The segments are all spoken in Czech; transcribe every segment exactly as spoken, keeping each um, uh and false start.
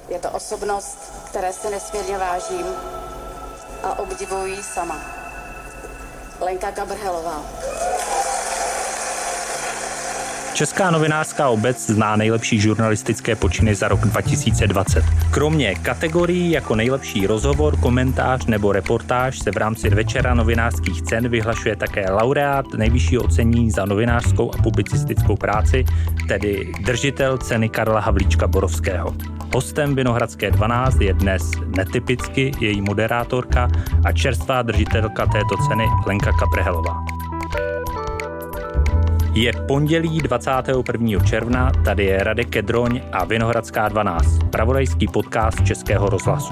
Je to osobnost, které si nesmírně vážím a obdivuji sama. Lenka Kabrhelová. Česká novinářská obec zná nejlepší žurnalistické počiny za rok dva tisíce dvacet. Kromě kategorií jako nejlepší rozhovor, komentář nebo reportáž se v rámci Večera novinářských cen vyhlašuje také laureát nejvyššího ocenění za novinářskou a publicistickou práci, tedy držitel ceny Karla Havlíčka Borovského. Hostem Vinohradské dvanáct je dnes netypicky její moderátorka a čerstvá držitelka této ceny Lenka Kabrhelová. Je pondělí dvacátého prvního června, tady je Radek Kedroň a Vinohradská dvanáct, zpravodajský podcast Českého rozhlasu.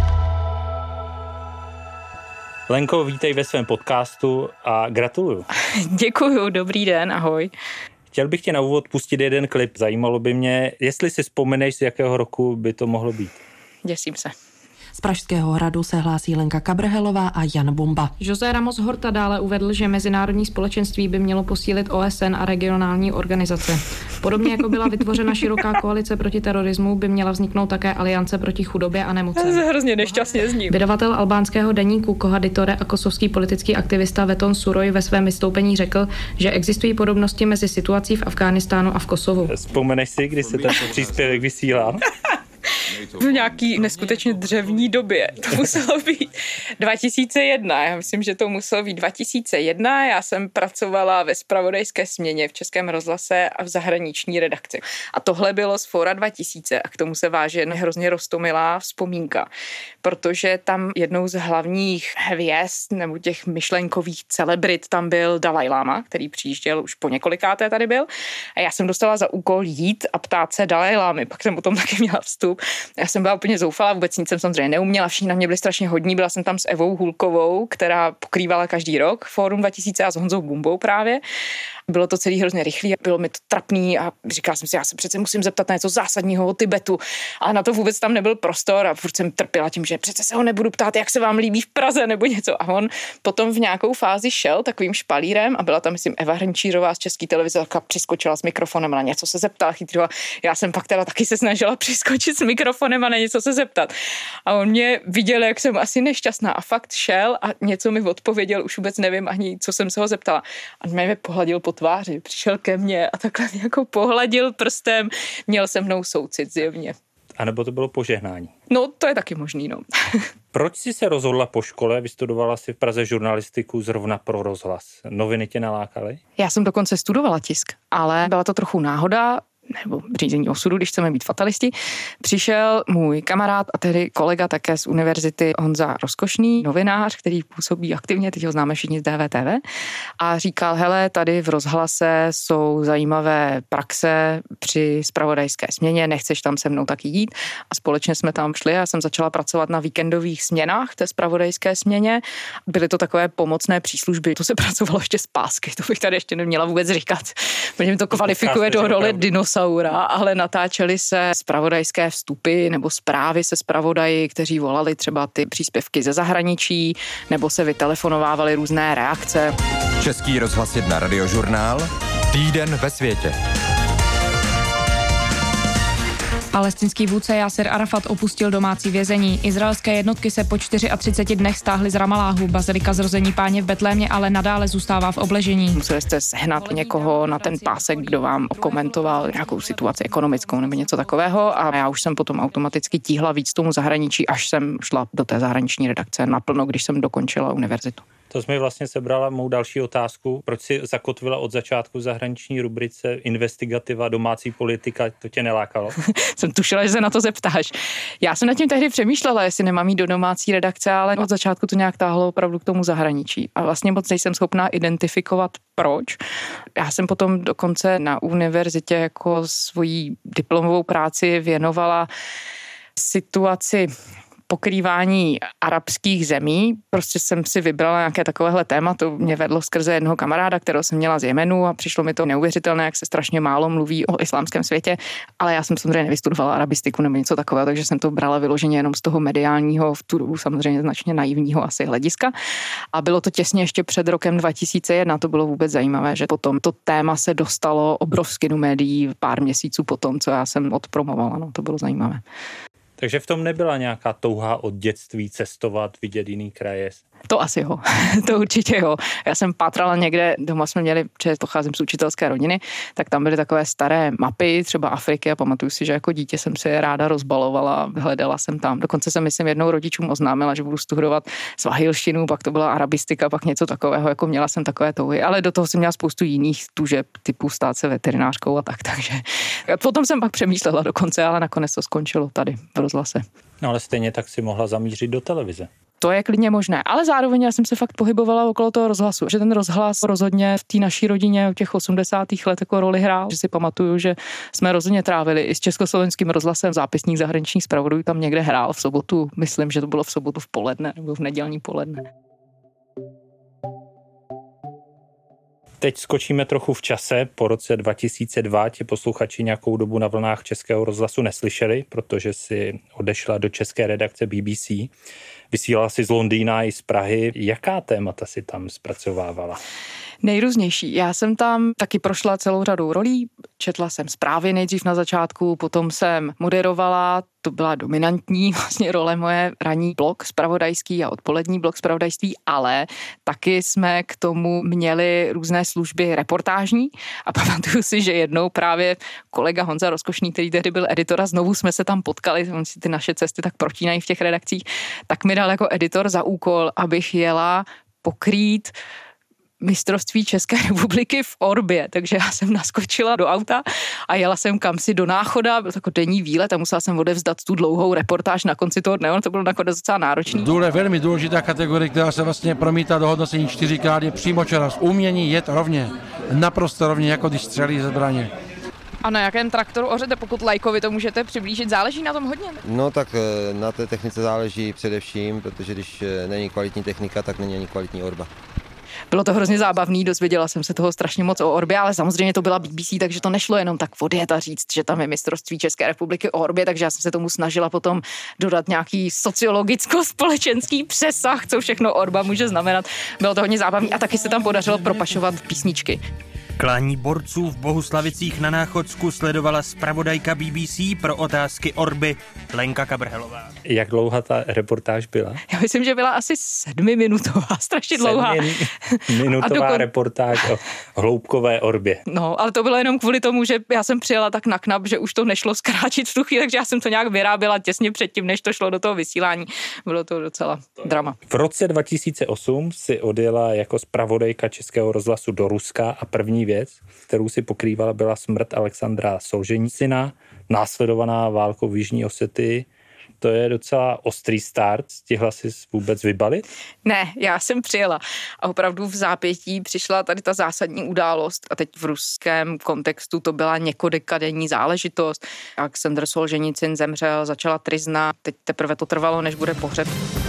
Lenko, vítej ve svém podcastu a gratuluju. Děkuju, dobrý den, ahoj. Chtěl bych tě na úvod pustit jeden klip. Zajímalo by mě, jestli si vzpomeneš, z jakého roku by to mohlo být. Děsím se. Z Pražského hradu se hlásí Lenka Kabrhelová a Jan Bomba. José Ramos Horta dále uvedl, že mezinárodní společenství by mělo posílit O S N a regionální organizace. Podobně jako byla vytvořena široká koalice proti terorismu, by měla vzniknout také aliance proti chudobě a nemocem. Já se hrozně nešťastně zním. Vydavatel albánského deníku Kohaditore a kosovský politický aktivista Veton Suroj ve svém vystoupení řekl, že existují podobnosti mezi situací v Afghánistánu a v Kosovu. Vzpomeneš si, kdy se ten příspěvek vysílal? V nějaký neskutečně dřevní době. To muselo být dva tisíce jedna. Já myslím, že to muselo být dva tisíce jedna. Já jsem pracovala ve zpravodajské směně v Českém rozhlase a v zahraniční redakci. A tohle bylo z Fóra dva tisíce a k tomu se váže hrozně roztomilá vzpomínka, protože tam jednou z hlavních hvězd nebo těch myšlenkových celebrit tam byl Dalaj Lama, který přijížděl už po několikáté tady byl. A já jsem dostala za úkol jít a ptát se Dalaj Lámy. Pak jsem potom taky měla vstup. Já jsem byla úplně zoufalá, vůbec nic jsem samozřejmě neuměla, všichni na mě byli strašně hodní, byla jsem tam s Evou Hulkovou, která pokrývala každý rok Fórum dva tisíce a s Honzou Bumbou právě. Bylo to celý hrozně rychlý, bylo mi to trapný a říkala jsem si, já se přece musím zeptat na něco zásadního o Tibetu. A na to vůbec tam nebyl prostor a furt jsem trpěla tím, že přece se ho nebudu ptát, jak se vám líbí v Praze nebo něco. A on potom v nějakou fázi šel takovým špalírem a byla tam, myslím, Eva Hrnčířová z České televize, přiskočila s mikrofonem a na něco se zeptala chytrila. Já jsem pak teda taky se snažila přiskočit s mikrofonem a na něco se zeptat. A on mě viděl, jak jsem asi nešťastná a fakt šel a něco mi odpověděl, už vůbec nevím ani, co jsem se ho zeptala. A mě pohladil po tváři, přišel ke mně a takhle mě jako pohladil prstem, měl se mnou soucit zjevně. A nebo to bylo požehnání? No, to je taky možný, no. Proč jsi se rozhodla po škole, vystudovala si v Praze žurnalistiku zrovna pro rozhlas? Noviny tě nalákaly? Já jsem dokonce studovala tisk, ale byla to trochu náhoda, nebo řízení osudu, když chceme být fatalisti, přišel můj kamarád a tedy kolega také z univerzity Honza Rozkošný, novinář, který působí aktivně, teď ho známe všichni z D V T V, a říkal, hele, tady v rozhlase jsou zajímavé praxe při zpravodajské směně, nechceš tam se mnou taky jít? A společně jsme tam šli a jsem začala pracovat na víkendových směnách té zpravodajské směně. Byly to takové pomocné příslužby, to se pracovalo ještě z pásky, to bych tady ještě neměla vůbec říkat, protože mi to kvalifikuje do role dinosaura. Ale natáčely se zpravodajské vstupy nebo zprávy se zpravodaji, kteří volali třeba ty příspěvky ze zahraničí, nebo se vytelefonovávaly různé reakce. Český rozhlas jedna radiožurnál, Týden ve světě. Palestinský vůdce Jásir Arafat opustil domácí vězení. Izraelské jednotky se po třiceti čtyřech dnech stáhly z Ramaláhu. Bazilika Zrození Páně v Betlémě ale nadále zůstává v obležení. Museli jste sehnat někoho na ten pásek, kdo vám okomentoval nějakou situaci ekonomickou nebo něco takového, a já už jsem potom automaticky tíhla víc tomu zahraničí, až jsem šla do té zahraniční redakce naplno, když jsem dokončila univerzitu. To jsi mi vlastně sebrala mou další otázku. Proč jsi zakotvila od začátku v zahraniční rubrice investigativa, domácí politika, to tě nelákalo? Jsem tušila, že se na to zeptáš. Já jsem nad tím tehdy přemýšlela, jestli nemám jít do domácí redakce, ale od začátku to nějak táhlo opravdu k tomu zahraničí. A vlastně moc nejsem schopná identifikovat, proč. Já jsem potom dokonce na univerzitě jako svoji diplomovou práci věnovala situaci pokrývání arabských zemí. Prostě jsem si vybrala nějaké takovéhle téma, to mě vedlo skrze jednoho kamaráda, kterého jsem měla z Jemenu, a přišlo mi to neuvěřitelné, jak se strašně málo mluví o islámském světě, ale já jsem samozřejmě nevystudovala arabistiku nebo něco takového, takže jsem to brala vyloženě jenom z toho mediálního, v tu dobu samozřejmě značně naivního asi hlediska. A bylo to těsně ještě před rokem dva tisíce jedna, to bylo vůbec zajímavé, že potom to téma se dostalo obrovsky do médií pár měsíců potom, co já jsem odpromovala, no, to bylo zajímavé. Takže v tom nebyla nějaká touha od dětství cestovat, vidět jiný kraje? To asi jo, to určitě jo. Já jsem pátrala někde, doma jsme měli, protože pocházím z učitelské rodiny, tak tam byly takové staré mapy, třeba Afriky a pamatuju si, že jako dítě jsem si je ráda rozbalovala, hledala jsem tam. Dokonce jsem, myslím, jednou rodičům oznámila, že budu studovat svahilštinu, pak to byla arabistika, pak něco takového, jako měla jsem takové touhy, ale do toho jsem měla spoustu jiných tužeb, typu stát se veterinářkou a tak, takže potom jsem pak přemýšlela dokonce, ale nakonec to skončilo tady v rozhlase. No ale stejně tak si mohla zamířit do televize. To je klidně možné, ale zároveň já jsem se fakt pohybovala okolo toho rozhlasu, že ten rozhlas rozhodně v té naší rodině v těch osmdesátých let jako roli hrál, že si pamatuju, že jsme rozhodně trávili i s československým rozhlasem zápisník zahraničních zpravodajů tam někde hrál v sobotu, myslím, že to bylo v sobotu v poledne nebo v nedělní poledne. Teď skočíme trochu v čase. Po roce dva tisíce dva tě posluchači nějakou dobu na vlnách Českého rozhlasu neslyšeli, protože si odešla do české redakce B B C. Vysílala si z Londýna i z Prahy. Jaká témata si tam zpracovávala? Nejrůznější. Já jsem tam taky prošla celou řadu rolí. Četla jsem zprávy nejdřív na začátku, potom jsem moderovala, to byla dominantní vlastně role moje, ranní blok zpravodajský a odpolední blok zpravodajství, ale taky jsme k tomu měli různé služby reportážní a pamatuju si, že jednou právě kolega Honza Rozkošný, který tehdy byl editor a znovu jsme se tam potkali, on si ty naše cesty tak protínají v těch redakcích, tak mi dal jako editor za úkol, abych jela pokrýt mistrovství České republiky v Orbě, takže já jsem naskočila do auta a jela jsem kamsi do Náchoda, byl to jako denní výlet a musela jsem odevzdat tu dlouhou reportáž na konci toho dne, to bylo nakonec docela náročný. Důle velmi důležitá kategorie, která se vlastně promítá do hodnocení čtyři krát, je přímočarost. Umění jet rovně, naprosto rovně, jako když střelí ze zbraně. A na jakém traktoru ořete, pokud lajkovi to můžete přiblížit, záleží na tom hodně? No tak na té technice záleží především, protože když není kvalitní technika, tak není ani kvalitní orba. Bylo to hrozně zábavný, dozvěděla jsem se toho strašně moc o Orbě, ale samozřejmě to byla B B C, takže to nešlo jenom tak odjet a říct, že tam je mistrovství České republiky o Orbě, takže já jsem se tomu snažila potom dodat nějaký sociologicko-společenský přesah, co všechno Orba může znamenat. Bylo to hodně zábavný a taky se tam podařilo propašovat písničky. Klání borců v Bohuslavicích na Náchodsku sledovala zpravodajka B B C pro otázky Orby Lenka Kabrhelová. Jak dlouhá ta reportáž byla? Já myslím, že byla asi sedmiminutová, strašně dlouhá. Sedmiminutová dokon... reportáž o hloubkové Orbě. No, ale to bylo jenom kvůli tomu, že já jsem přijela tak na knap, že už to nešlo zkrátit v tu chvíli, takže já jsem to nějak vyráběla těsně předtím, než to šlo do toho vysílání. Bylo to docela drama. V roce dva tisíce osm si odjela jako zpravodajka Českého rozhlasu do Ruska a první věc, kterou si pokrývala, byla smrt Alexandra Solženicina, následovaná válkou v Jižní Osetii. To je docela ostrý start. Stihla jsi vůbec vybalit? Ne, já jsem přijela a opravdu v zápětí přišla tady ta zásadní událost a teď v ruském kontextu to byla několikadenní záležitost. Alexandr Solženicin zemřel, začala tryzna, teď teprve to trvalo, než bude pohřeb.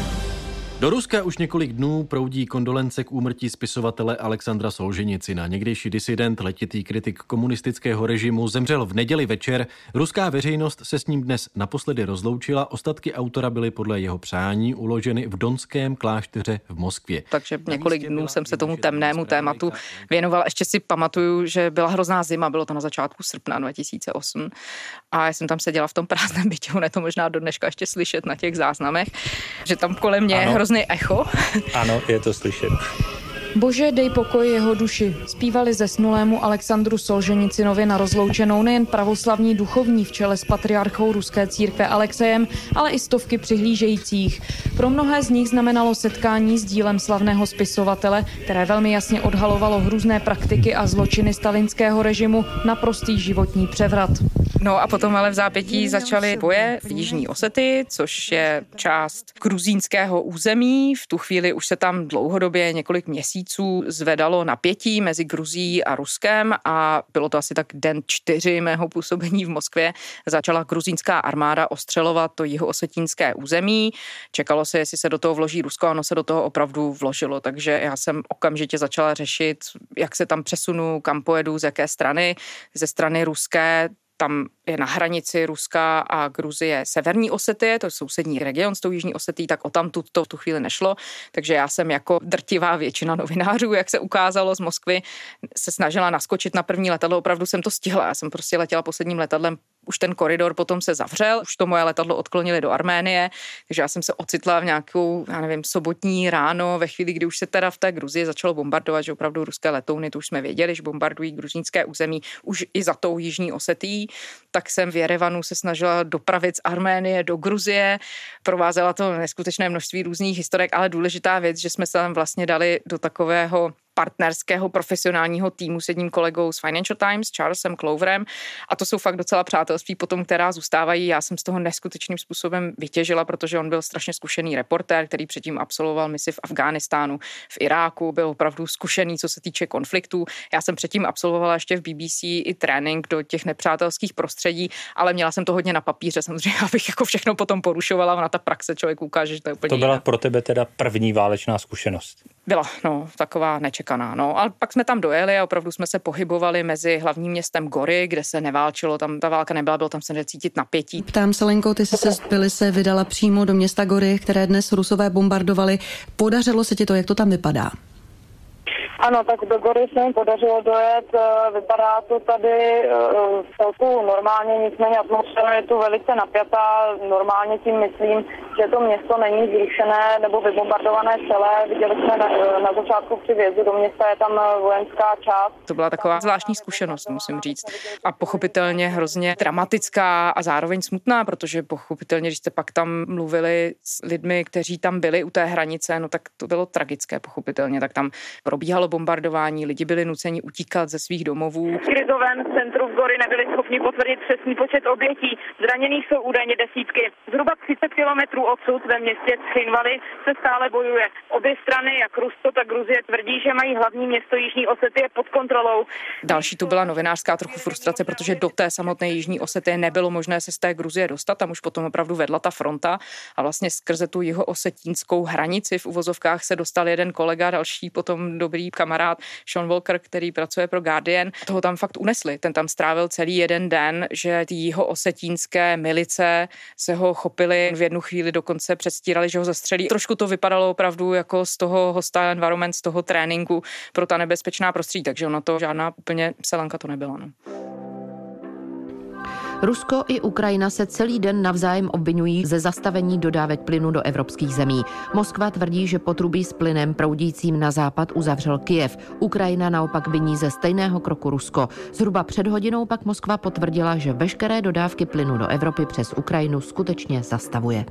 Do Ruska už několik dnů proudí kondolence k úmrtí spisovatele Alexandra Solženicina. Někdejší disident, letitý kritik komunistického režimu, zemřel v neděli večer. Ruská veřejnost se s ním dnes naposledy rozloučila. Ostatky autora byly podle jeho přání uloženy v Donském klášteře v Moskvě. Takže několik dnů jsem se tomu temnému tématu věnovala. Ještě si pamatuju, že byla hrozná zima, bylo to na začátku srpna dva tisíce osm. A já jsem tam seděla v tom prázdném bytě, on je to možná do dneška ještě slyšet na těch záznamech, že tam kolem mě je hrozný echo. Ano, je to slyšet. Bože, dej pokoj jeho duši. Zpívali zesnulému Alexandru Solženicinovi na rozloučenou nejen pravoslavní duchovní v čele s patriarchou ruské církve Alexejem, ale i stovky přihlížejících. Pro mnohé z nich znamenalo setkání s dílem slavného spisovatele, které velmi jasně odhalovalo hrůzné praktiky a zločiny stalinského režimu, naprostý životní převrat. No a potom ale v zápětí začaly boje v Jižní Osetii, což je část gruzínského území. V tu chvíli už se tam dlouhodobě několik měsíců zvedalo napětí mezi Gruzií a Ruskem a bylo to asi tak den čtyři mého působení v Moskvě. Začala gruzínská armáda ostřelovat to jihoossetínské území. Čekalo se, jestli se do toho vloží Rusko, a ono se do toho opravdu vložilo, takže já jsem okamžitě začala řešit, jak se tam přesunu, kam pojedu, z jaké strany. Ze strany ruské tam je na hranici Ruska a Gruzie Severní Osetie, to je sousední region s tou Jižní Osetií, tak o tamtud to v tu chvíli nešlo. Takže já jsem jako drtivá většina novinářů, jak se ukázalo z Moskvy, se snažila naskočit na první letadlo. Opravdu jsem to stihla. Já jsem prostě letěla posledním letadlem už ten koridor potom se zavřel, už to moje letadlo odklonili do Arménie, takže já jsem se ocitla v nějakou, já nevím, sobotní ráno, ve chvíli, kdy už se teda v té Gruzii začalo bombardovat, že opravdu ruské letouny, to už jsme věděli, že bombardují gruzínské území už i za tou Jižní Osetií, tak jsem v Jerevanu se snažila dopravit z Arménie do Gruzie, provázela to neskutečné množství různých historek, ale důležitá věc, že jsme se tam vlastně dali do takového partnerského profesionálního týmu s jedním kolegou z Financial Times, Charlesem Cloverem, a to jsou fakt docela přátelství potom, která zůstávají. Já jsem z toho neskutečným způsobem vytěžila, protože on byl strašně zkušený reportér, který předtím absolvoval misi v Afghánistánu, v Iráku, byl opravdu zkušený, co se týče konfliktů. Já jsem předtím absolvovala ještě v B B C i trénink do těch nepřátelských prostředí, ale měla jsem to hodně na papíře, samozřejmě, abych jako všechno potom porušovala, ona ta praxe člověk ukáže, že to je úplně To byla jinak. pro tebe teda první válečná zkušenost. Byla, no, taková nečekaná, no. Ale pak jsme tam dojeli a opravdu jsme se pohybovali mezi hlavním městem Gory, kde se neválčilo, tam ta válka nebyla, bylo tam se necítit napětí. Ptám se, Lenko, ty jsi se z Tbilise vydala přímo do města Gory, které dnes Rusové bombardovali. Podařilo se ti to, jak to tam vypadá? Ano, tak do Gory se mi podařilo dojet, vypadá to tady v celku normálně, nicméně atmosféra je tu velice napjatá, normálně tím myslím, že to město není zrušené nebo vybombardované celé, viděli jsme na, na začátku při vjezdu do města, je tam vojenská část. To byla taková zvláštní zkušenost, musím říct, a pochopitelně hrozně dramatická a zároveň smutná, protože pochopitelně, když jste pak tam mluvili s lidmi, kteří tam byli u té hranice, no tak to bylo tragické, pochopitelně, tak tam probíhalo bombardování, lidi byli nuceni utíkat ze svých domovů. V krizovém centru v Gory nebyli schopni potvrdit přesný počet obětí. Zraněných jsou údajně desítky. Zhruba třicet kilometrů odsud ve městě Cchinvali se stále bojuje. Obě strany, jak Rusko, tak Gruzie, tvrdí, že mají hlavní město Jižní Osetie pod kontrolou. Další tu byla novinářská trochu frustrace, protože do té samotné Jižní Osetie nebylo možné se z té Gruzie dostat, tam už potom opravdu vedla ta fronta a vlastně skrze tu jihoosetinskou hranici v uvozovkách se dostal jeden kolega, další potom dobrý kamarád Sean Walker, který pracuje pro Guardian, toho tam fakt unesli. Ten tam strávil celý jeden den, že ty jihoossetínské milice se ho chopili, v jednu chvíli dokonce předstírali, že ho zastřelí. Trošku to vypadalo opravdu jako z toho hostile environment, z toho tréninku pro ta nebezpečná prostředí, takže ona to žádná úplně selanka to nebyla. No. Rusko i Ukrajina se celý den navzájem obvinují ze zastavení dodávek plynu do evropských zemí. Moskva tvrdí, že potrubí s plynem proudícím na západ uzavřel Kyjev. Ukrajina naopak viní ze stejného kroku Rusko. Zhruba před hodinou pak Moskva potvrdila, že veškeré dodávky plynu do Evropy přes Ukrajinu skutečně zastavuje.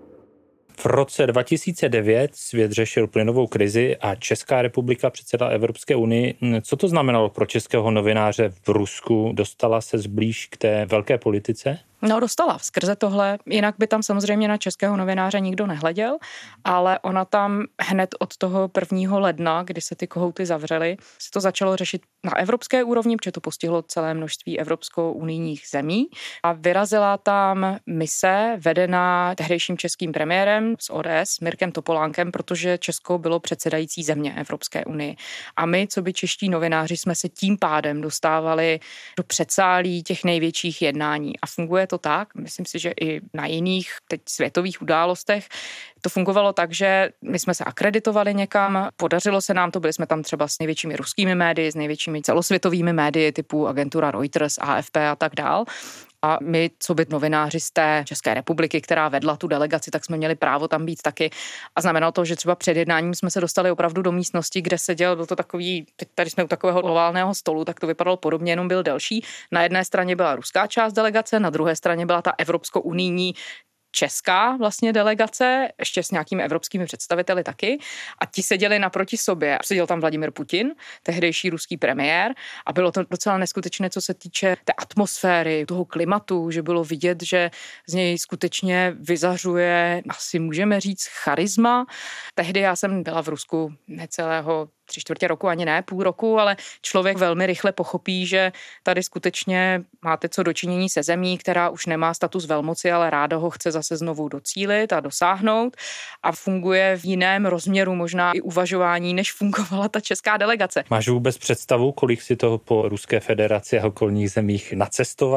V roce dva tisíce devět svět řešil plynovou krizi a Česká republika předsedala Evropské unii. Co to znamenalo pro českého novináře v Rusku? Dostala se zblíž k té velké politice? No, dostala skrze tohle, jinak by tam samozřejmě na českého novináře nikdo nehleděl, ale ona tam hned od toho prvního ledna, kdy se ty kohouty zavřely, se to začalo řešit na evropské úrovni, protože to postihlo celé množství evropsko-unijních zemí a vyrazila tam mise vedená tehdejším českým premiérem z O D S, Mirkem Topolánkem, protože Česko bylo předsedající země Evropské unii. A my, co by čeští novináři, jsme se tím pádem dostávali do předsálí těch největších jednání a funguje to tak, myslím si, že i na jiných teď světových událostech to fungovalo tak, že my jsme se akreditovali někam, podařilo se nám to, byli jsme tam třeba s největšími ruskými médii, s největšími celosvětovými médii typu agentura Reuters, A F P a tak dál. A my, co by novináři z té České republiky, která vedla tu delegaci, tak jsme měli právo tam být taky. A znamenalo to, že třeba před jednáním jsme se dostali opravdu do místnosti, kde seděl, byl to takový, teď tady jsme u takového oválného stolu, tak to vypadalo podobně, jenom byl delší. Na jedné straně byla ruská část delegace, na druhé straně byla ta evropsko-unijní česká vlastně delegace, ještě s nějakými evropskými představiteli taky, a ti seděli naproti sobě. Seděl tam Vladimir Putin, tehdejší ruský premiér, a bylo to docela neskutečné, co se týče té atmosféry, toho klimatu, že bylo vidět, že z něj skutečně vyzařuje, asi můžeme říct, charisma. Tehdy já jsem byla v Rusku necelého tři čtvrtě roku, ani ne, půl roku, ale člověk velmi rychle pochopí, že tady skutečně máte co dočinění se zemí, která už nemá status velmoci, ale ráda ho chce zase znovu docílit a dosáhnout a funguje v jiném rozměru možná i uvažování, než fungovala ta česká delegace. Máš vůbec představu, kolik si toho po Ruské federaci a okolních zemích nacestovala?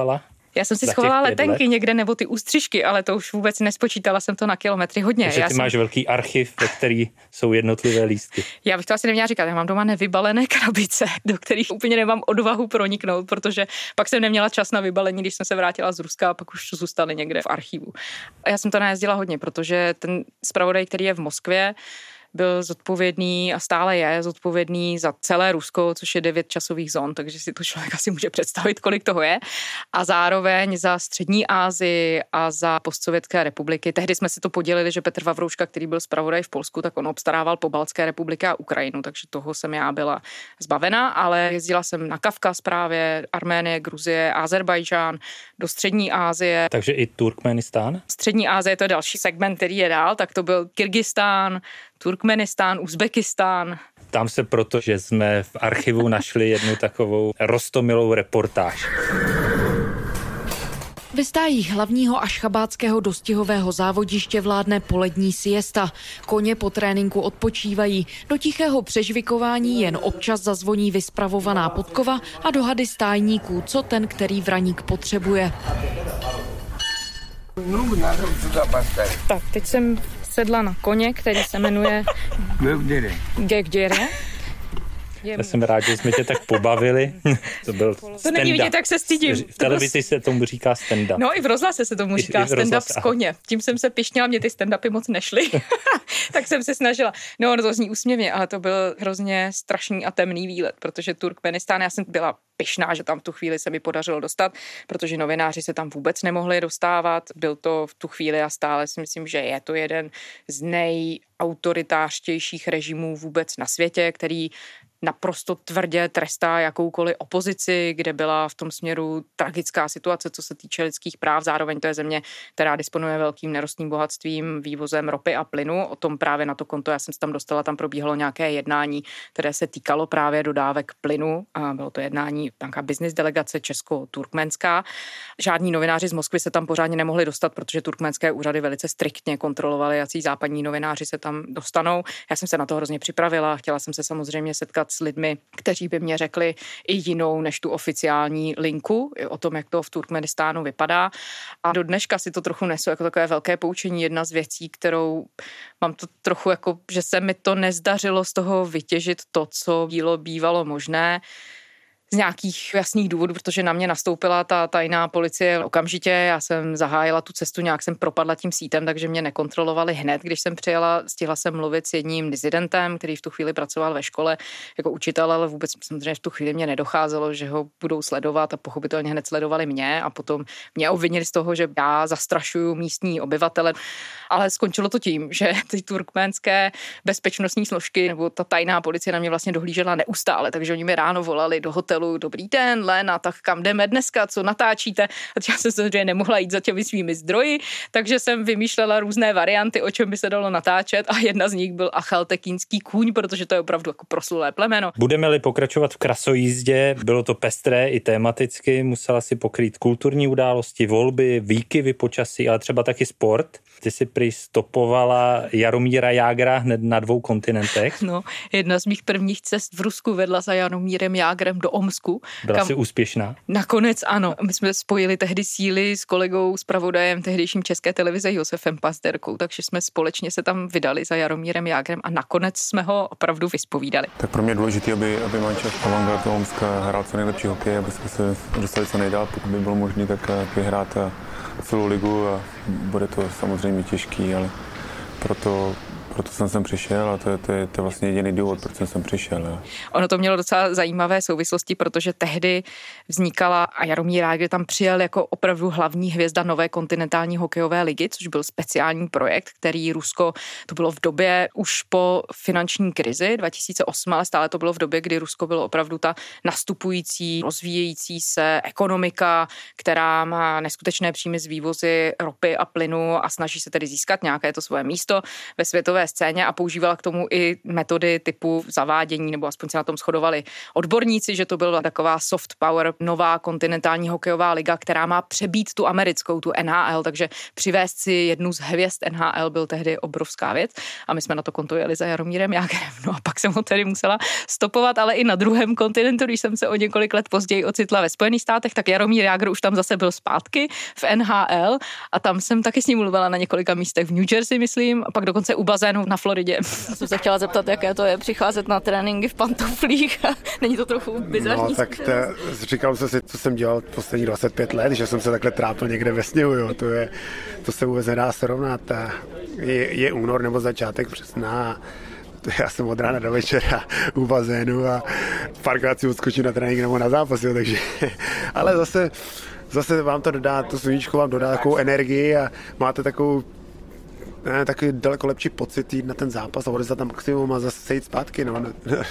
Já jsem si schovala letenky let. někde nebo ty ústřižky, ale to už vůbec nespočítala jsem to na kilometry hodně. Takže já ty jsem... máš velký archiv, ve který jsou jednotlivé lístky. Já bych to asi neměla říkat, já mám doma nevybalené krabice, do kterých úplně nemám odvahu proniknout, protože pak jsem neměla čas na vybalení, když jsem se vrátila z Ruska a pak už zůstaly někde v archivu. A já jsem to najezdila hodně, protože ten zpravodaj, který je v Moskvě, byl zodpovědný a stále je zodpovědný za celé Rusko, což je devět časových zón, takže si to člověk asi může představit, kolik toho je. A zároveň za střední Asii a za postsovětské republiky. Tehdy jsme si to podělili, že Petr Vavrouška, který byl zpravodaj v Polsku, tak on obstarával Pobaltské republiky a Ukrajinu, takže toho jsem já byla zbavena, ale jezdila jsem na Kavkaz právě, Arménie, Gruzie, Azerbajdžán, do střední Asie. Takže i Turkmenistán? Střední Asie, to je další segment, který je dál, tak to byl Kyrgyzstán, Turkmenistán, Uzbekistán. Tam se proto, že jsme v archivu našli jednu takovou roztomilou reportáž. Ve stájích hlavního ašchabádského dostihového závodiště vládne polední siesta. Koně po tréninku odpočívají. Do tichého přežvikování jen občas zazvoní vyspravovaná podkova a dohady stájníků, co ten, který vraník potřebuje. Tak, teď jsem sedla na koně, který se jmenuje Gegdere. Já jsem rád, že jsme tě tak pobavili. To byl to není vidět, tak se stydím. V televizi se tomu říká stand-up. No i v rozhlase se tomu říká stand-up z koně. Tím jsem se pyšnila, mě ty stand-upy moc nešly. Tak jsem se snažila. No, to zní úsměvně, ale to byl hrozně strašný a temný výlet, protože Turkmenistán, já jsem byla pyšná, že tam v tu chvíli se mi podařilo dostat, protože novináři se tam vůbec nemohli dostávat. Byl to v tu chvíli a stále si myslím, že je to jeden z nejautoritářtějších režimů vůbec na světě, který naprosto tvrdě trestá jakoukoliv opozici, kde byla v tom směru tragická situace, co se týče lidských práv. Zároveň to je země, která disponuje velkým nerostným bohatstvím, vývozem ropy a plynu. O tom právě na to konto já jsem se tam dostala, tam probíhalo nějaké jednání, které se týkalo právě dodávek plynu. A bylo to jednání nějaká business delegace česko-turkmenská. Žádní novináři z Moskvy se tam pořádně nemohli dostat, protože turkmenské úřady velice striktně kontrolovaly, jací západní novináři se tam dostanou. Já jsem se na to hrozně připravila, chtěla jsem se samozřejmě setkat s lidmi, kteří by mě řekli i jinou než tu oficiální linku o tom, jak to v Turkmenistánu vypadá. A do dneška si to trochu nesu jako takové velké poučení. Jedna z věcí, kterou mám to trochu jako, že se mi to nezdařilo z toho vytěžit to, co dílo bývalo možné, z nějakých jasných důvodů, protože na mě nastoupila ta tajná policie okamžitě, já jsem zahájila tu cestu, nějak jsem propadla tím sítem, takže mě nekontrolovali hned, když jsem přijela, stihla jsem mluvit s jedním disidentem, který v tu chvíli pracoval ve škole jako učitel, ale vůbec samozřejmě v tu chvíli mě nedocházelo, že ho budou sledovat a pochopitelně hned sledovali mě a potom mě obvinili z toho, že já zastrašuju místní obyvatele, ale skončilo to tím, že ty turkmenské bezpečnostní složky nebo ta tajná policie na mě vlastně dohlížela neustále, takže oni mi ráno volali do hotelu: dobrý den, Lena, tak kam jdeme dneska, co natáčíte? A já jsem samozřejmě nemohla jít za těmi svými zdroji, takže jsem vymýšlela různé varianty, o čem by se dalo natáčet a jedna z nich byl achaltekínský kůň, protože to je opravdu jako proslulé plemeno. Budeme-li pokračovat v krasojízdě, bylo to pestré i tematicky, musela si pokrýt kulturní události, volby, výkyvy počasí, ale třeba taky sport. Ty si prý stopovala Jaromíra Jágra hned na dvou kontinentech. No, jedna z mých prvních cest v Rusku vedla za Jaromírem Jágrem do Omsku. Byla kam... jsi úspěšná? Nakonec ano. My jsme spojili tehdy síly s kolegou, zpravodajem tehdejším České televize Josefem Pazderkou, takže jsme společně se tam vydali za Jaromírem Jágrem a nakonec jsme ho opravdu vyspovídali. Tak pro mě je důležité, aby, aby mančaft Avangard Omska hrál co nejlepší hokej, aby jsme se dostali co nejdál, pokud by bylo možné, tak vyhrát celou ligu a bude to samozřejmě těžký, ale proto Proto jsem sem přišel a to je, to je, to je vlastně jediný důvod, proč jsem sem přišel. Ne? Ono to mělo docela zajímavé souvislosti, protože tehdy vznikala a Jaromír Jágr tam přijel jako opravdu hlavní hvězda nové kontinentální hokejové ligy, což byl speciální projekt, který Rusko, to bylo v době už po finanční krizi dva tisíce osm, ale stále to bylo v době, kdy Rusko bylo opravdu ta nastupující, rozvíjející se ekonomika, která má neskutečné příjmy z vývozy ropy a plynu a snaží se tedy získat nějaké to svoje místo ve světové tenisové scéně a používala k tomu i metody typu zavádění, nebo aspoň se na tom shodovali odborníci, že to byla taková soft power, nová kontinentální hokejová liga, která má přebít tu americkou, tu N H L, takže přivést si jednu z hvězd N H L byl tehdy obrovská věc a my jsme na to konto jeli za Jaromírem Jágrem. No a pak jsem ho tedy musela stopovat, ale i na druhém kontinentu, když jsem se o několik let později ocitla ve Spojených státech, tak Jaromír Jágr už tam zase byl zpátky v N H L a tam jsem taky s ním mluvila na několika místech v New Jersey, myslím, a pak dokonce u bazénu na Floridě. Já jsem se chtěla zeptat, jaké to je přicházet na tréninky v pantoflích. Není to trochu bizarní? No, tak te, říkal jsem si, co jsem dělal poslední dvacet pět let, že jsem se takhle trápil někde ve sněhu, jo. To, je, to se vůbec nedá srovnat. Je, je únor nebo začátek března. Já jsem od rána do večera u bazénu a párkrát si odskočím na trénink nebo na zápas, jo, takže, ale zase, zase vám to dodá, to sluníčko vám dodá takovou energii a máte takovou ne, takový daleko lepší pocit jít na ten zápas a odezdat tam maximum a zase sejít zpátky, no,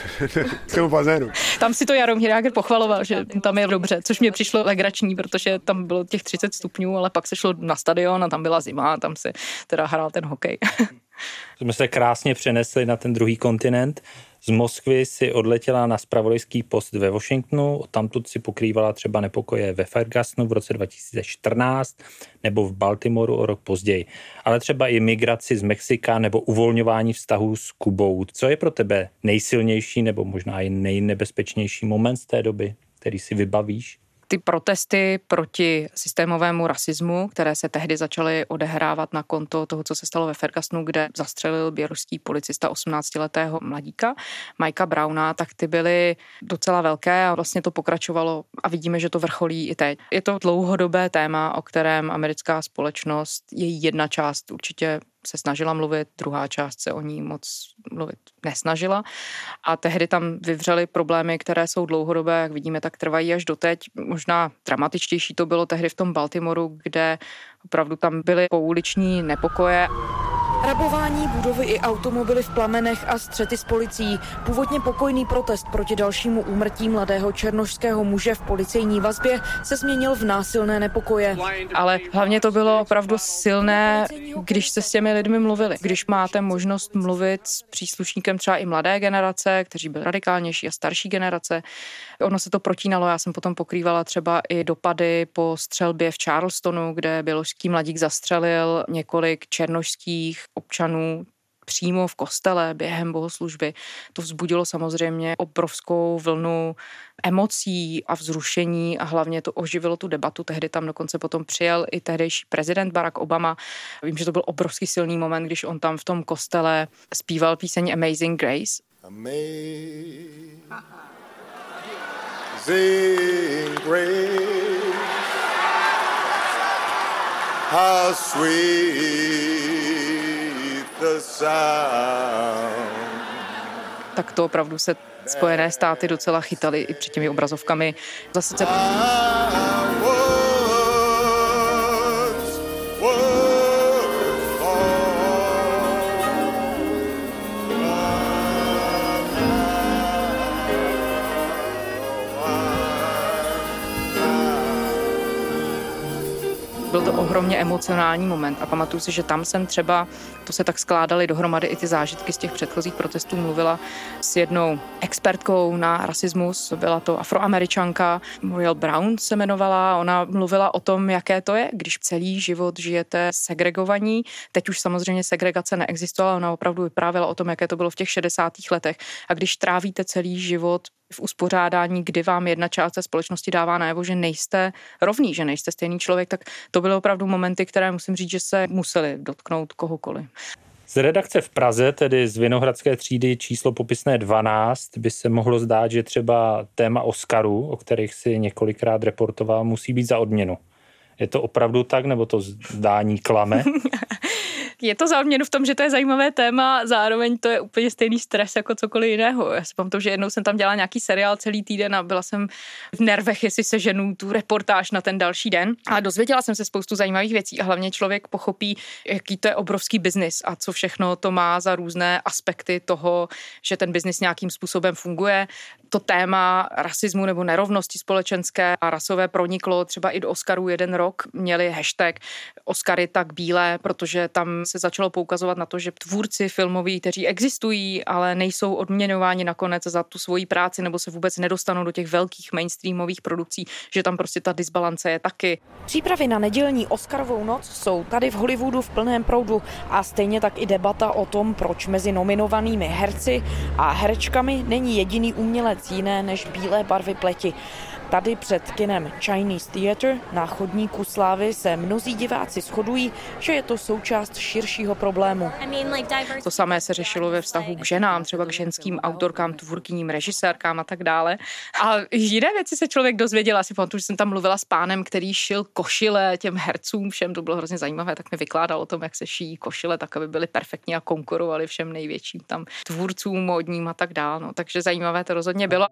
k tomu bazénu. Tam si to Jaromír Jágr pochvaloval, že tam je dobře, což mě přišlo legrační, protože tam bylo těch třicet stupňů, ale pak se šlo na stadion a tam byla zima a tam se teda hrál ten hokej. Jsme se krásně přenesli na ten druhý kontinent. Z Moskvy si odletěla na zpravodajský post ve Washingtonu, odtamtud si pokrývala třeba nepokoje ve Fergusonu v roce dva tisíce čtrnáct nebo v Baltimoru o rok později. Ale třeba i migraci z Mexika nebo uvolňování vztahů s Kubou. Co je pro tebe nejsilnější nebo možná i nejnebezpečnější moment z té doby, který si vybavíš? Ty protesty proti systémovému rasismu, které se tehdy začaly odehrávat na konto toho, co se stalo ve Fergusonu, kde zastřelil běloruský policista osmnáctiletého mladíka, Mikea Browna, tak ty byly docela velké a vlastně to pokračovalo a vidíme, že to vrcholí i teď. Je to dlouhodobé téma, o kterém americká společnost, její jedna část určitě se snažila mluvit, druhá část se o ní moc mluvit nesnažila a tehdy tam vyvřely problémy, které jsou dlouhodobé, jak vidíme, tak trvají až doteď. Možná dramatičtější to bylo tehdy v tom Baltimoru, kde opravdu tam byly pouliční nepokoje. Rabování budovy i automobily v plamenech a střety s policií. Původně pokojný protest proti dalšímu úmrtí mladého černošského muže v policejní vazbě se změnil v násilné nepokoje. Ale hlavně to bylo opravdu silné, když se s těmi lidmi mluvili. Když máte možnost mluvit s příslušníkem třeba i mladé generace, kteří byli radikálnější a starší generace. Ono se to protínalo, já jsem potom pokrývala třeba i dopady po střelbě v Charlestonu, kde běloruský mladík zastřelil několik černošských občanů přímo v kostele během bohoslužby. To vzbudilo samozřejmě obrovskou vlnu emocí a vzrušení a hlavně to oživilo tu debatu. Tehdy tam dokonce potom přijel i tehdejší prezident Barack Obama. Vím, že to byl obrovský silný moment, když on tam v tom kostele zpíval píseň Amazing Grace. Amazing Grace, how sweet the sound. Tak to opravdu se Spojené státy docela chytaly i před těmi obrazovkami. Zase se... Byl to ohromně emocionální moment a pamatuju si, že tam jsem třeba, to se tak skládaly dohromady i ty zážitky z těch předchozích protestů, mluvila s jednou expertkou na rasismus, byla to Afroameričanka, Muriel Brown se jmenovala, ona mluvila o tom, jaké to je, když celý život žijete segregovaní, teď už samozřejmě segregace neexistovala, ona opravdu vyprávěla o tom, jaké to bylo v těch šedesátých letech a když trávíte celý život v uspořádání, kdy vám jedna část té společnosti dává najevo, že nejste rovný, že nejste stejný člověk, tak to byly opravdu momenty, které musím říct, že se museli dotknout kohokoliv. Z redakce v Praze, tedy z Vinohradské třídy číslo popisné dvanáct, by se mohlo zdát, že třeba téma Oscarů, o kterých si několikrát reportoval, musí být za odměnu. Je to opravdu tak, nebo to zdání klame? Je to za odměnu v tom, že to je zajímavé téma, zároveň to je úplně stejný stres jako cokoliv jiného. Já si pamatuju, že jednou jsem tam dělala nějaký seriál celý týden a byla jsem v nervech, jestli seženu tu reportáž na ten další den. A dozvěděla jsem se spoustu zajímavých věcí a hlavně člověk pochopí, jaký to je obrovský biznis a co všechno to má za různé aspekty toho, že ten biznis nějakým způsobem funguje. to téma rasismu nebo nerovnosti společenské a rasové proniklo třeba i do Oscarů jeden rok. Měli hashtag Oscary tak bílé, protože tam se začalo poukazovat na to, že tvůrci filmoví, kteří existují, ale nejsou odměňováni nakonec za tu svoji práci nebo se vůbec nedostanou do těch velkých mainstreamových produkcí, že tam prostě ta disbalance je taky. Přípravy na nedělní Oscarovou noc jsou tady v Hollywoodu v plném proudu a stejně tak i debata o tom, proč mezi nominovanými herci a herečkami není jediný umělec jiné než bílé barvy pleti. Tady před kinem Chinese Theatre na chodníku slávy se mnozí diváci shodují, že je to součást širšího problému. To samé se řešilo ve vztahu k ženám, třeba k ženským autorkám, tvůrkyním, režisérkám a tak dále. A jiné věci se člověk dozvěděl. Asi pamatuju, že jsem tam mluvila s pánem, který šil košile těm hercům, všem to bylo hrozně zajímavé, tak mi vykládal o tom, jak se šijí košile, tak aby byly perfektní a konkurovali všem největším tam tvůrcům, módním a tak dále. No, takže zajímavé to rozhodně bylo.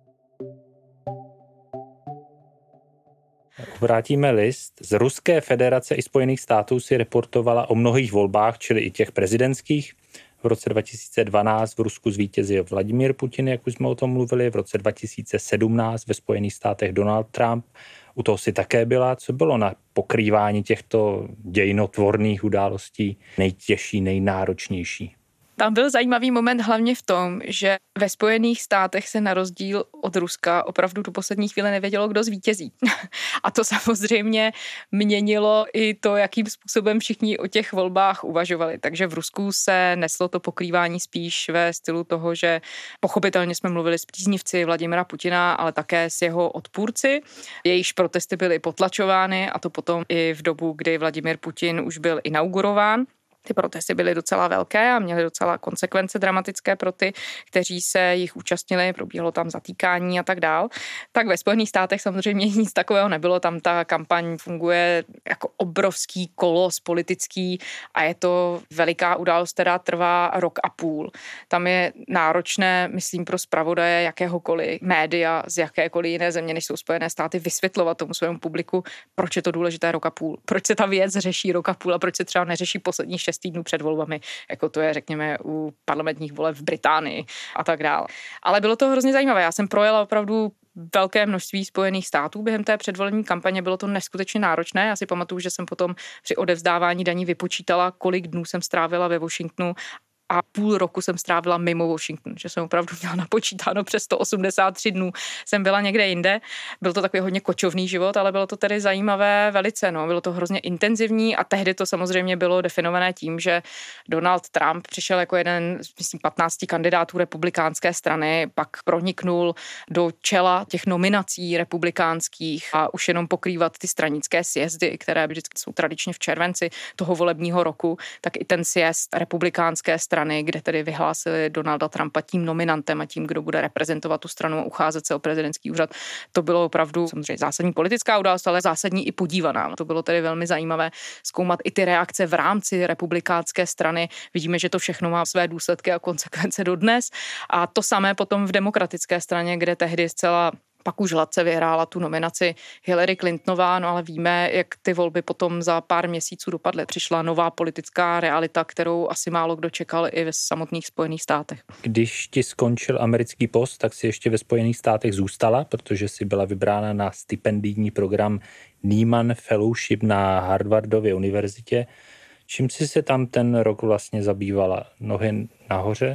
Vrátíme list. Z Ruské federace i Spojených států si reportovala o mnohých volbách, čili i těch prezidentských. V roce dva tisíce dvanáct v Rusku zvítězil Vladimír Putin, jak už jsme o tom mluvili, v roce dva tisíce sedmnáct ve Spojených státech Donald Trump. U toho si také byla. Co bylo na pokrývání těchto dějinotvorných událostí nejtěžší, nejnáročnější? Tam byl zajímavý moment hlavně v tom, že ve Spojených státech se na rozdíl od Ruska opravdu do poslední chvíle nevědělo, kdo zvítězí. A to samozřejmě měnilo i to, jakým způsobem všichni o těch volbách uvažovali. Takže v Rusku se neslo to pokrývání spíš ve stylu toho, že pochopitelně jsme mluvili s příznivci Vladimira Putina, ale také s jeho odpůrci. Jejichž protesty byly potlačovány a to potom i v dobu, kdy Vladimír Putin už byl inaugurován. Ty protesty byly docela velké a měly docela konsekvence dramatické pro ty, kteří se jich účastnili, probíhalo tam zatýkání a tak dál. Tak ve Spojených státech samozřejmě nic takového nebylo, tam ta kampaň funguje jako obrovský kolos politický a je to veliká událost, která trvá rok a půl. Tam je náročné, myslím, pro zpravodaje jakéhokoliv média z jakékoliv jiné země, než jsou Spojené státy, vysvětlovat tomu svému publiku, proč je to důležité rok a půl, proč se ta věc řeší rok a půl a proč se třeba neřeší poslední šest týdnů před volbami, jako to je, řekněme, u parlamentních voleb v Británii a tak dále. Ale bylo to hrozně zajímavé. Já jsem projela opravdu velké množství Spojených států během té předvolební kampaně, bylo to neskutečně náročné. Já si pamatuju, že jsem potom při odevzdávání daní vypočítala, kolik dnů jsem strávila ve Washingtonu a půl roku jsem strávila mimo Washington, že jsem opravdu měla napočítáno přes sto osmdesát tři dnů jsem byla někde jinde. Byl to takový hodně kočovný život, ale bylo to tedy zajímavé velice, no. Bylo to hrozně intenzivní a tehdy to samozřejmě bylo definované tím, že Donald Trump přišel jako jeden z, myslím, patnácti kandidátů republikánské strany, pak proniknul do čela těch nominací republikánských a už jenom pokrývat ty stranické sjezdy, které vždycky jsou tradičně v červenci toho volebního roku, tak i ten sjezd republikánské strany, kde tedy vyhlásili Donalda Trumpa tím nominantem a tím, kdo bude reprezentovat tu stranu a ucházet se o prezidentský úřad. To bylo opravdu samozřejmě zásadní politická událost, ale zásadní i podívaná. To bylo tedy velmi zajímavé zkoumat i ty reakce v rámci republikánské strany. Vidíme, že to všechno má své důsledky a konsekvence dodnes. A to samé potom v demokratické straně, kde tehdy zcela pak už hladce vyhrála tu nominaci Hillary Clintonová, no ale víme, jak ty volby potom za pár měsíců dopadly. Přišla nová politická realita, kterou asi málo kdo čekal i ve samotných Spojených státech. Když ti skončil americký post, tak si ještě ve Spojených státech zůstala, protože si byla vybrána na stipendijní program Nieman Fellowship na Harvardově univerzitě. Čím jsi se tam ten rok vlastně zabývala? Nohy nahoře?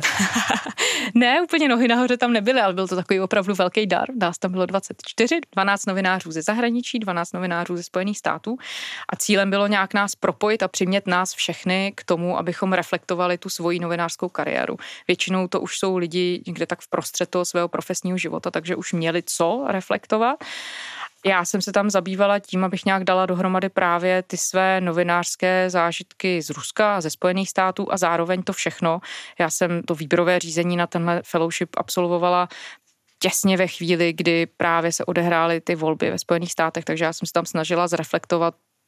Ne, úplně nohy nahoře tam nebyly, ale byl to takový opravdu velký dar. Nás tam bylo dvacet čtyři, dvanáct novinářů ze zahraničí, dvanáct novinářů ze Spojených států a cílem bylo nějak nás propojit a přimět nás všechny k tomu, abychom reflektovali tu svoji novinářskou kariéru. Většinou to už jsou lidi někde tak vprostřed toho svého profesního života, takže už měli co reflektovat. Já jsem se tam zabývala tím, abych nějak dala dohromady právě ty své novinářské zážitky z Ruska a ze Spojených států a zároveň to všechno. Já jsem to výběrové řízení na tenhle fellowship absolvovala těsně ve chvíli, kdy právě se odehrály ty volby ve Spojených státech, takže já jsem se tam snažila zreflektovat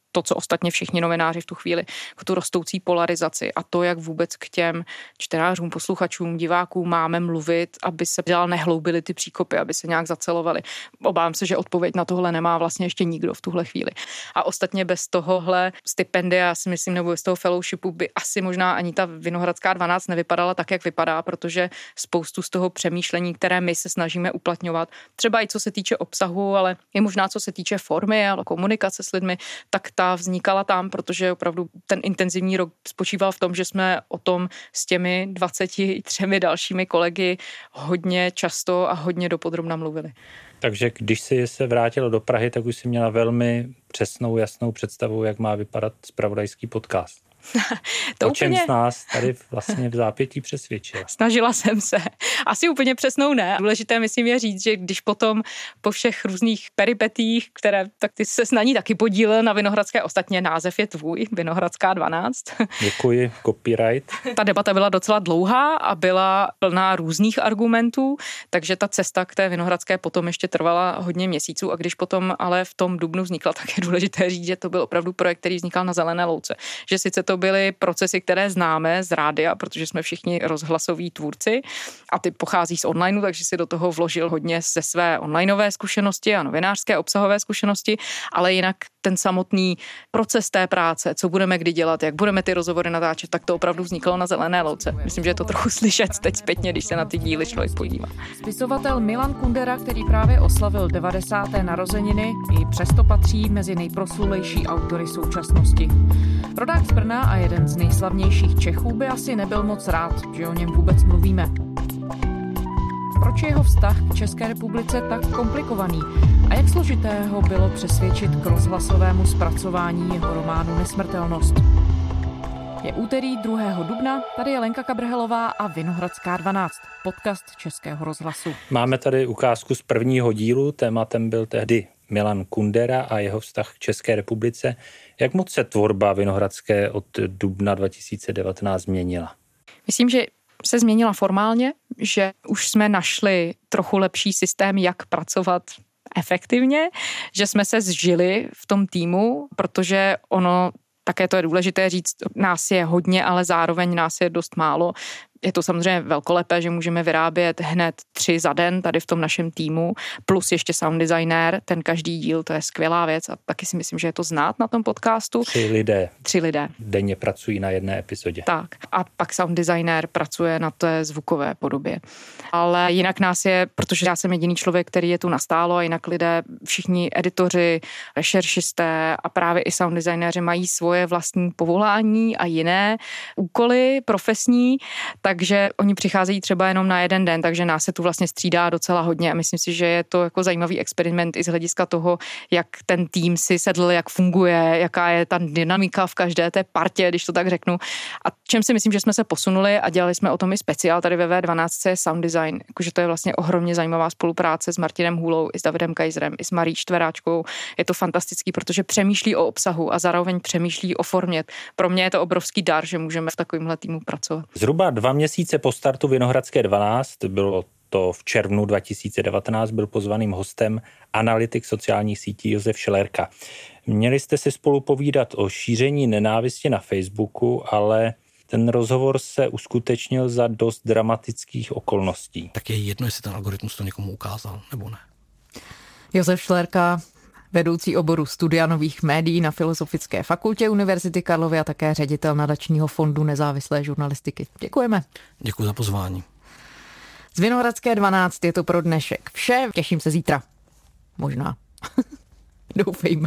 to, co ostatně všichni novináři v tu chvíli, jako tu rostoucí polarizaci a to, jak vůbec k těm čtenářům, posluchačům, divákům máme mluvit, aby se dál nehloubily ty příkopy, aby se nějak zacelovaly. Obávám se, že odpověď na tohle nemá vlastně ještě nikdo v tuhle chvíli. A ostatně bez tohohle stipendia, já si myslím, nebo bez toho fellowshipu by asi možná ani ta Vinohradská dvanáct nevypadala tak, jak vypadá, protože spoustu z toho přemýšlení, které my se snažíme uplatňovat, třeba i co se týče obsahu, ale i možná co se týče formy a komunikace s lidmi, tak ta vznikala tam, protože opravdu ten intenzivní rok spočíval v tom, že jsme o tom s těmi dvaceti třemi dalšími kolegy hodně často a hodně dopodrobna mluvili. Takže když si se vrátila do Prahy, tak už si měla velmi přesnou, jasnou představu, jak má vypadat zpravodajský podcast. To o čem úplně... z nás tady vlastně v zápětí přesvědčila? Snažila jsem se. Asi úplně přesnou ne. Důležité myslím je říct, že když potom po všech různých peripetích, které tak ty se na ní taky podílel na Vinohradské, ostatně název je tvůj, Vinohradská dvanáct. Děkuji, copyright. Ta debata byla docela dlouhá a byla plná různých argumentů, takže ta cesta k té Vinohradské potom ještě trvala hodně měsíců a když potom ale v tom dubnu vznikla, tak je důležité říct, že to byl opravdu projekt, který vznikal na zelené louce. Že sice to byly procesy, které známe z rádia, protože jsme všichni rozhlasoví tvůrci a ty pochází z onlineu, takže si do toho vložil hodně ze své onlineové zkušenosti a novinářské obsahové zkušenosti, ale jinak ten samotný proces té práce, co budeme kdy dělat, jak budeme ty rozhovory natáčet, tak to opravdu vzniklo na zelené louce. Myslím, že je to trochu slyšet teď zpětně, když se na ty díly člověk podívá. Spisovatel Milan Kundera, který právě oslavil devadesáté narozeniny, i přesto patří mezi nejproslulejší autory současnosti. Rodák z Brna a jeden z nejslavnějších Čechů by asi nebyl moc rád, že o něm vůbec mluvíme. Proč je jeho vztah k České republice tak komplikovaný a jak složitého bylo přesvědčit k rozhlasovému zpracování jeho románu Nesmrtelnost? Je úterý druhého dubna, tady je Lenka Kabrhelová a Vinohradská dvanáct, podcast Českého rozhlasu. Máme tady ukázku z prvního dílu, tématem byl tehdy Milan Kundera a jeho vztah k České republice. Jak moc se tvorba Vinohradské od dubna dva tisíce devatenáct změnila? Myslím, že se změnila formálně, že už jsme našli trochu lepší systém, jak pracovat efektivně, že jsme se zžili v tom týmu, protože ono, také to je důležité říct, nás je hodně, ale zároveň nás je dost málo. Je to samozřejmě velkolepé, že můžeme vyrábět hned tři za den tady v tom našem týmu, plus ještě sound designer, ten každý díl, to je skvělá věc a taky si myslím, že je to znát na tom podcastu. Tři lidé. Tři lidé. Denně pracují na jedné epizodě. Tak a pak sound designer pracuje na té zvukové podobě. Ale jinak nás je, protože já jsem jediný člověk, který je tu nastálo a jinak lidé, všichni editoři, rešeršisté a právě i sound designéři mají svoje vlastní povolání a jiné úkoly profesní, takže oni přicházejí třeba jenom na jeden den, takže nás se tu vlastně střídá docela hodně a myslím si, že je to jako zajímavý experiment i z hlediska toho, jak ten tým si sedl, jak funguje, jaká je ta dynamika v každé té partě, když to tak řeknu. A čem si myslím, že jsme se posunuli a dělali jsme o tom i speciál tady ve V dvanáct je sound design, jakože to je vlastně ohromně zajímavá spolupráce s Martinem Hůlou, i s Davidem Kajzrem, i s Marí Čtveráčkou. Je to fantastický, protože přemýšlí o obsahu a zároveň přemýšlí o formě. Pro mě je to obrovský dar, že můžeme v takovémhle týmu pracovat. Zhruba dva měsíce po startu Vinohradské dvanáct, bylo to v červnu dva tisíce devatenáct, byl pozvaným hostem analytik sociálních sítí Josef Šlerka. Měli jste si spolu povídat o šíření nenávisti na Facebooku, ale ten rozhovor se uskutečnil za dost dramatických okolností. Tak je jedno, jestli ten algoritmus to někomu ukázal, nebo ne. Josef Šlerka, vedoucí oboru studia nových médií na Filozofické fakultě Univerzity Karlovy a také ředitel nadačního fondu nezávislé žurnalistiky. Děkujeme. Děkuji za pozvání. Z Vinohradské dvanáct je to pro dnešek vše. Těším se zítra. Možná. Doufejme.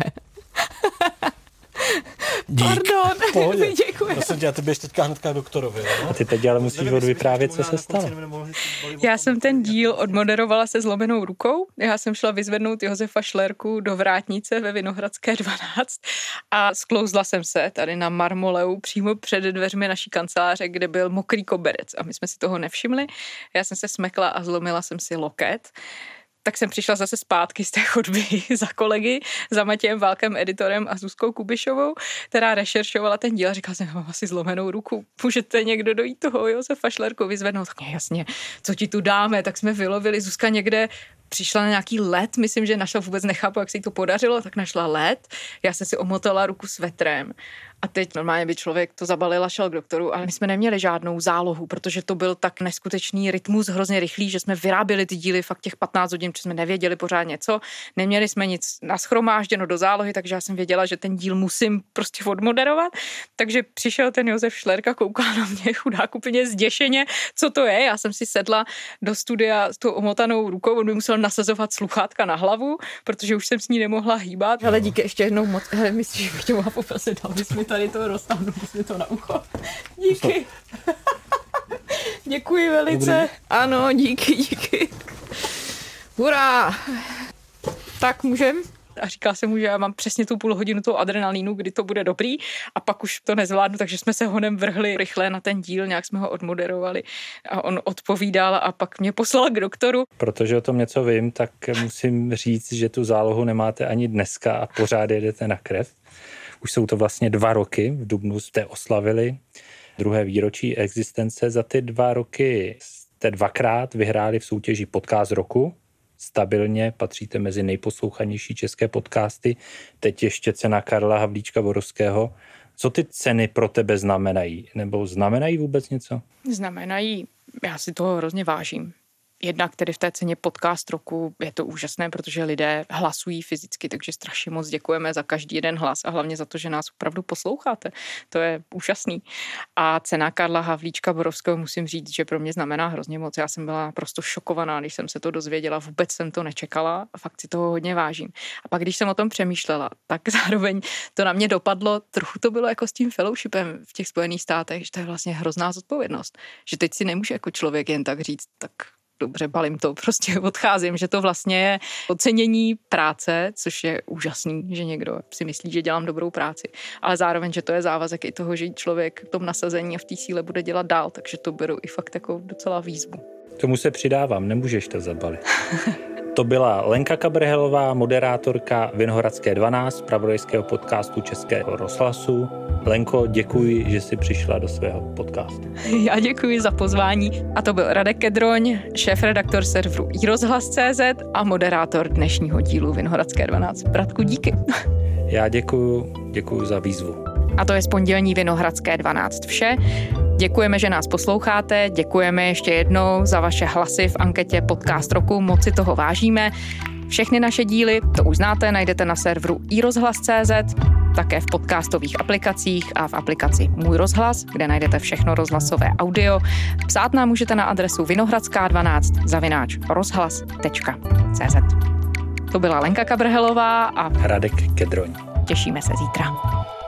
Dík. Pardon. Pohodě. Děkuji. Prosím tě, ty běž teďka hnedka doktorovi. No? A ty teď ale musíš odvyprávět, co se stalo. Já jsem ten díl odmoderovala se zlomenou rukou. Já jsem šla vyzvednout Josefa Šlerku do vrátnice ve Vinohradské dvanáct a sklouzla jsem se tady na marmoleu přímo před dveřmi naší kanceláře, kde byl mokrý koberec a my jsme si toho nevšimli. Já jsem se smekla a zlomila jsem si loket. tak jsem přišla zase zpátky z té chodby za kolegy, za Matějem Válkem, editorem a Zuzkou Kubišovou, která rešeršovala ten díl a říkala jsem, mám asi zlomenou ruku, můžete někdo dojít toho Josefa Šlerku vyzvednout? Tak jasně, co ti tu dáme, tak jsme vylovili, Zuzka někde přišla na nějaký led, myslím, že našla, vůbec nechápu, jak se jí to podařilo, tak našla led, já jsem si omotala ruku svetrem a teď normálně by člověk to zabalil a šel k doktoru, ale my jsme neměli žádnou zálohu, protože to byl tak neskutečný rytmus, hrozně rychlý, že jsme vyráběli ty díly fakt těch patnáct hodin, protože jsme nevěděli pořádně co, neměli jsme nic naschromážděno do zálohy, takže já jsem věděla, že ten díl musím prostě odmoderovat, takže přišel ten Josef Šlerka, kouká na mě chudák úplně zděšeně, co to je, já jsem si sedla do studia s tou omotanou rukou, on by musel nasazovat sluchátka na hlavu, protože už jsem s ní nemohla hýbat. Hele, díky ještě jednou moc. Hele, myslím, že bych tě mohla poprosit, abys mi tady to roztáhnul, abys mi to na ucho. Díky. Děkuji velice. Dobrý. Ano, díky, díky. Hurá. Tak můžem? A říkala jsem mu, že já mám přesně tu půl hodinu toho adrenalínu, kdy to bude dobrý a pak už to nezvládnu, takže jsme se honem vrhli rychle na ten díl, nějak jsme ho odmoderovali a on odpovídal a pak mě poslal k doktoru. Protože o tom něco vím, tak musím říct, že tu zálohu nemáte ani dneska a pořád jedete na krev. Už jsou to vlastně dva roky, v dubnu jste oslavili druhé výročí existence. Za ty dva roky jste dvakrát vyhráli v soutěži Podcast roku. Stabilně patříte mezi nejposlouchanější české podcasty. Teď ještě cena Karla Havlíčka Borovského. Co ty ceny pro tebe znamenají? Nebo znamenají vůbec něco? Znamenají, já si toho hrozně vážím. Jednak tedy v té ceně podcast roku je to úžasné, protože lidé hlasují fyzicky, takže strašně moc děkujeme za každý jeden hlas a hlavně za to, že nás opravdu posloucháte. To je úžasný. A cena Karla Havlíčka Borovského musím říct, že pro mě znamená hrozně moc. Já jsem byla prostě šokovaná, když jsem se to dozvěděla, vůbec jsem to nečekala a fakt si toho hodně vážím. A pak, když jsem o tom přemýšlela, tak zároveň to na mě dopadlo, trochu to bylo jako s tím fellowshipem v těch Spojených státech, že to je vlastně hrozná zodpovědnost, že teď si nemůže jako člověk jen tak říct, tak dobře, balím to, prostě odcházím, že to vlastně je ocenění práce, což je úžasný, že někdo si myslí, že dělám dobrou práci, ale zároveň, že to je závazek i toho, že člověk v tom nasazení a v té síle bude dělat dál, takže to beru i fakt jako docela výzvu. K tomu se přidávám, nemůžeš to zabalit. To byla Lenka Kabrhelová, moderátorka Vinohradské dvanáct, zpravodajského podcastu Českého rozhlasu. Lenko, děkuji, že jsi přišla do svého podcastu. Já děkuji za pozvání. A to byl Radek Kedroň, šéfredaktor serveru iRozhlas tečka cé zet a moderátor dnešního dílu Vinohradské dvanáct. Bratku, díky. Já děkuji, děkuji za výzvu. A to je z pondělní Vinohradské dvanáct vše. Děkujeme, že nás posloucháte, děkujeme ještě jednou za vaše hlasy v anketě Podcast roku, moc si toho vážíme. Všechny naše díly, to už znáte, najdete na serveru iRozhlas tečka cé zet, také v podcastových aplikacích a v aplikaci Můj rozhlas, kde najdete všechno rozhlasové audio. Psát nám můžete na adresu vinohradská dvanáct zavináč rozhlas tečka cé zet. To byla Lenka Kabrhelová a Radek Kedroň. Těšíme se zítra.